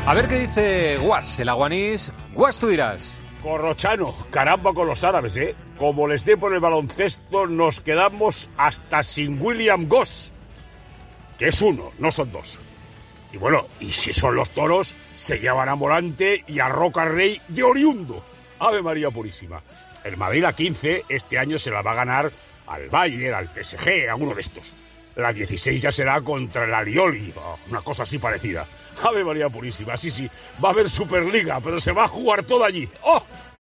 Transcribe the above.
A ver qué dice Guas, el aguanís. Guas, tú dirás. Corrochano, caramba con los árabes, ¿eh? Como les dé por el baloncesto, nos quedamos hasta sin William Goss, que es uno, no son dos. Y bueno, y si son los toros, se llevan a Morante y a Roca Rey de oriundo. Ave María Purísima. El Madrid la 15 este año se la va a ganar al Bayern, al PSG, a uno de estos. La 16 ya será contra el Alioli, una cosa así parecida. Ave María Purísima, sí, va a haber Superliga, pero se va a jugar todo allí. ¡Oh!